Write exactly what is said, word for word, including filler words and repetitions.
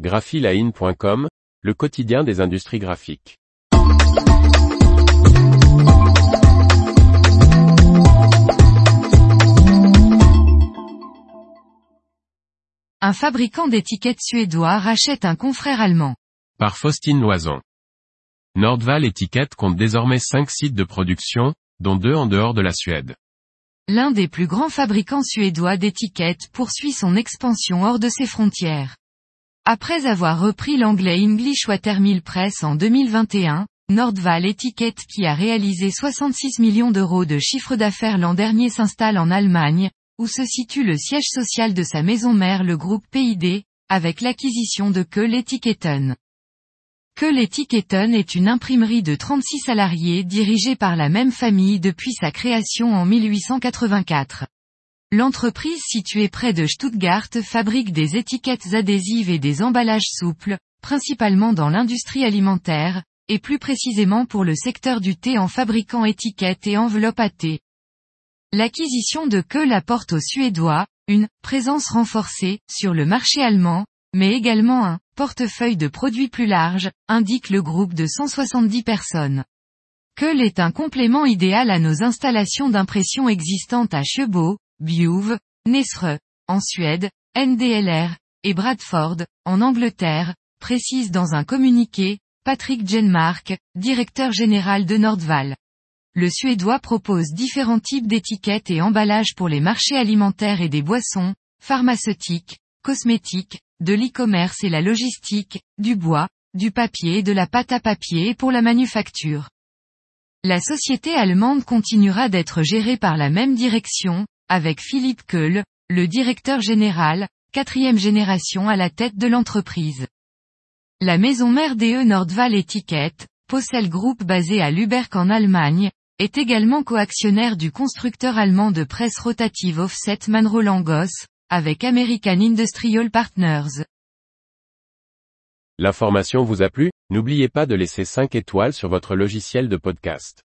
graphiline point com, le quotidien des industries graphiques. Un fabricant d'étiquettes suédois rachète un confrère allemand. Par Faustine Loison. Nordval Étiquette compte désormais cinq sites de production, dont deux en dehors de la Suède. L'un des plus grands fabricants suédois d'étiquettes poursuit son expansion hors de ses frontières. Après avoir repris l'anglais English Watermill Press en deux mille vingt et un, Nordval Étiquette qui a réalisé soixante-six millions d'euros de chiffre d'affaires l'an dernier s'installe en Allemagne, où se situe le siège social de sa maison mère le groupe P I D, avec l'acquisition de Köhl Etiketten. Köhl Etiketten est une imprimerie de trente-six salariés dirigée par la même famille depuis sa création en mille huit cent quatre-vingt-quatre. L'entreprise située près de Stuttgart fabrique des étiquettes adhésives et des emballages souples, principalement dans l'industrie alimentaire, et plus précisément pour le secteur du thé en fabriquant étiquettes et enveloppes à thé. L'acquisition de Köhl apporte aux Suédois une présence renforcée sur le marché allemand, mais également un portefeuille de produits plus large, indique le groupe de cent soixante-dix personnes. Köhl est un complément idéal à nos installations d'impression existantes à Sjöbo, Bjuv, Näsre, en Suède, N D L R, et Bradford, en Angleterre, précise dans un communiqué, Patrick Genmark, directeur général de Nordval. Le Suédois propose différents types d'étiquettes et emballages pour les marchés alimentaires et des boissons, pharmaceutiques, cosmétiques, de l'e-commerce et la logistique, du bois, du papier et de la pâte à papier pour la manufacture. La société allemande continuera d'être gérée par la même direction, avec Philipp Köhl, le directeur général, quatrième génération à la tête de l'entreprise. La maison mère D E Nordval Étiquette, Possel Group basé à Lübeck en Allemagne, est également coactionnaire du constructeur allemand de presse rotative offset Manroland-Goss, avec American Industrial Partners. L'information vous a plu? N'oubliez pas de laisser cinq étoiles sur votre logiciel de podcast.